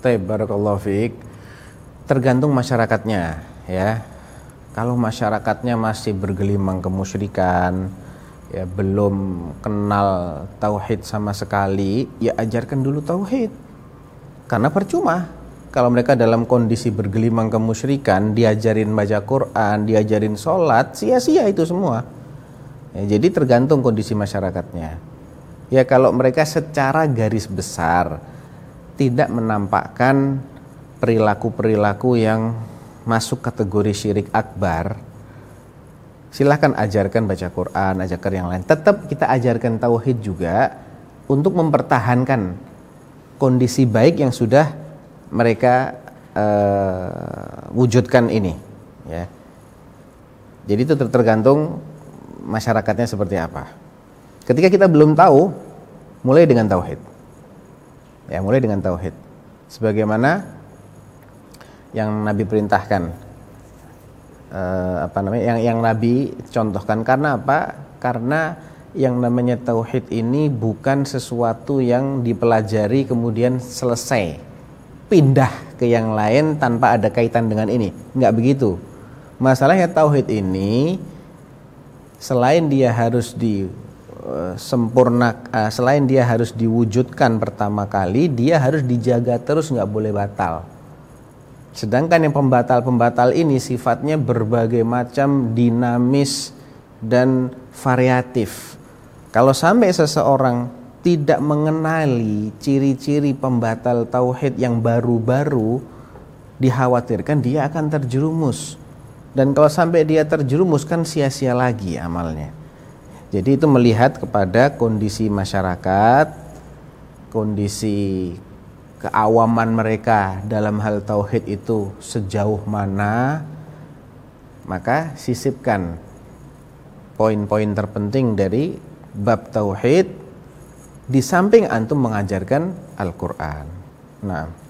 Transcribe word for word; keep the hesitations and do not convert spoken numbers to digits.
Taib, barakallahu fiik. Tergantung masyarakatnya, ya. Kalau masyarakatnya masih bergelimang kemusyrikan, ya belum kenal tauhid sama sekali, ya ajarkan dulu tauhid. Karena percuma kalau mereka dalam kondisi bergelimang kemusyrikan, diajarin baca Quran, diajarin sholat, sia-sia itu semua. Ya, jadi tergantung kondisi masyarakatnya. Ya kalau mereka secara garis besar tidak menampakkan perilaku-perilaku yang masuk kategori syirik akbar, silahkan ajarkan baca Quran, ajarkan yang lain. Tetap kita ajarkan tauhid juga untuk mempertahankan kondisi baik yang sudah mereka uh, wujudkan ini, ya. Jadi itu tergantung masyarakatnya seperti apa. Ketika kita belum tahu, mulai dengan tauhid. Ya, mulai dengan tauhid. Sebagaimana yang Nabi perintahkan, uh, apa namanya? Yang yang Nabi contohkan. Karena apa? Karena yang namanya tauhid ini bukan sesuatu yang dipelajari kemudian selesai, pindah ke yang lain tanpa ada kaitan dengan ini. Enggak begitu. Masalahnya tauhid ini selain dia harus di sempurna, selain dia harus diwujudkan pertama kali, dia harus dijaga terus, nggak boleh batal. Sedangkan yang pembatal-pembatal ini sifatnya berbagai macam, dinamis dan variatif. Kalau sampai seseorang tidak mengenali ciri-ciri pembatal tauhid yang baru-baru, dikhawatirkan dia akan terjerumus. Dan kalau sampai dia terjerumus kan sia-sia lagi amalnya. Jadi itu melihat kepada kondisi masyarakat, kondisi keawaman mereka dalam hal tauhid itu sejauh mana, maka sisipkan poin-poin terpenting dari bab tauhid di samping antum mengajarkan Al-Qur'an. Nah,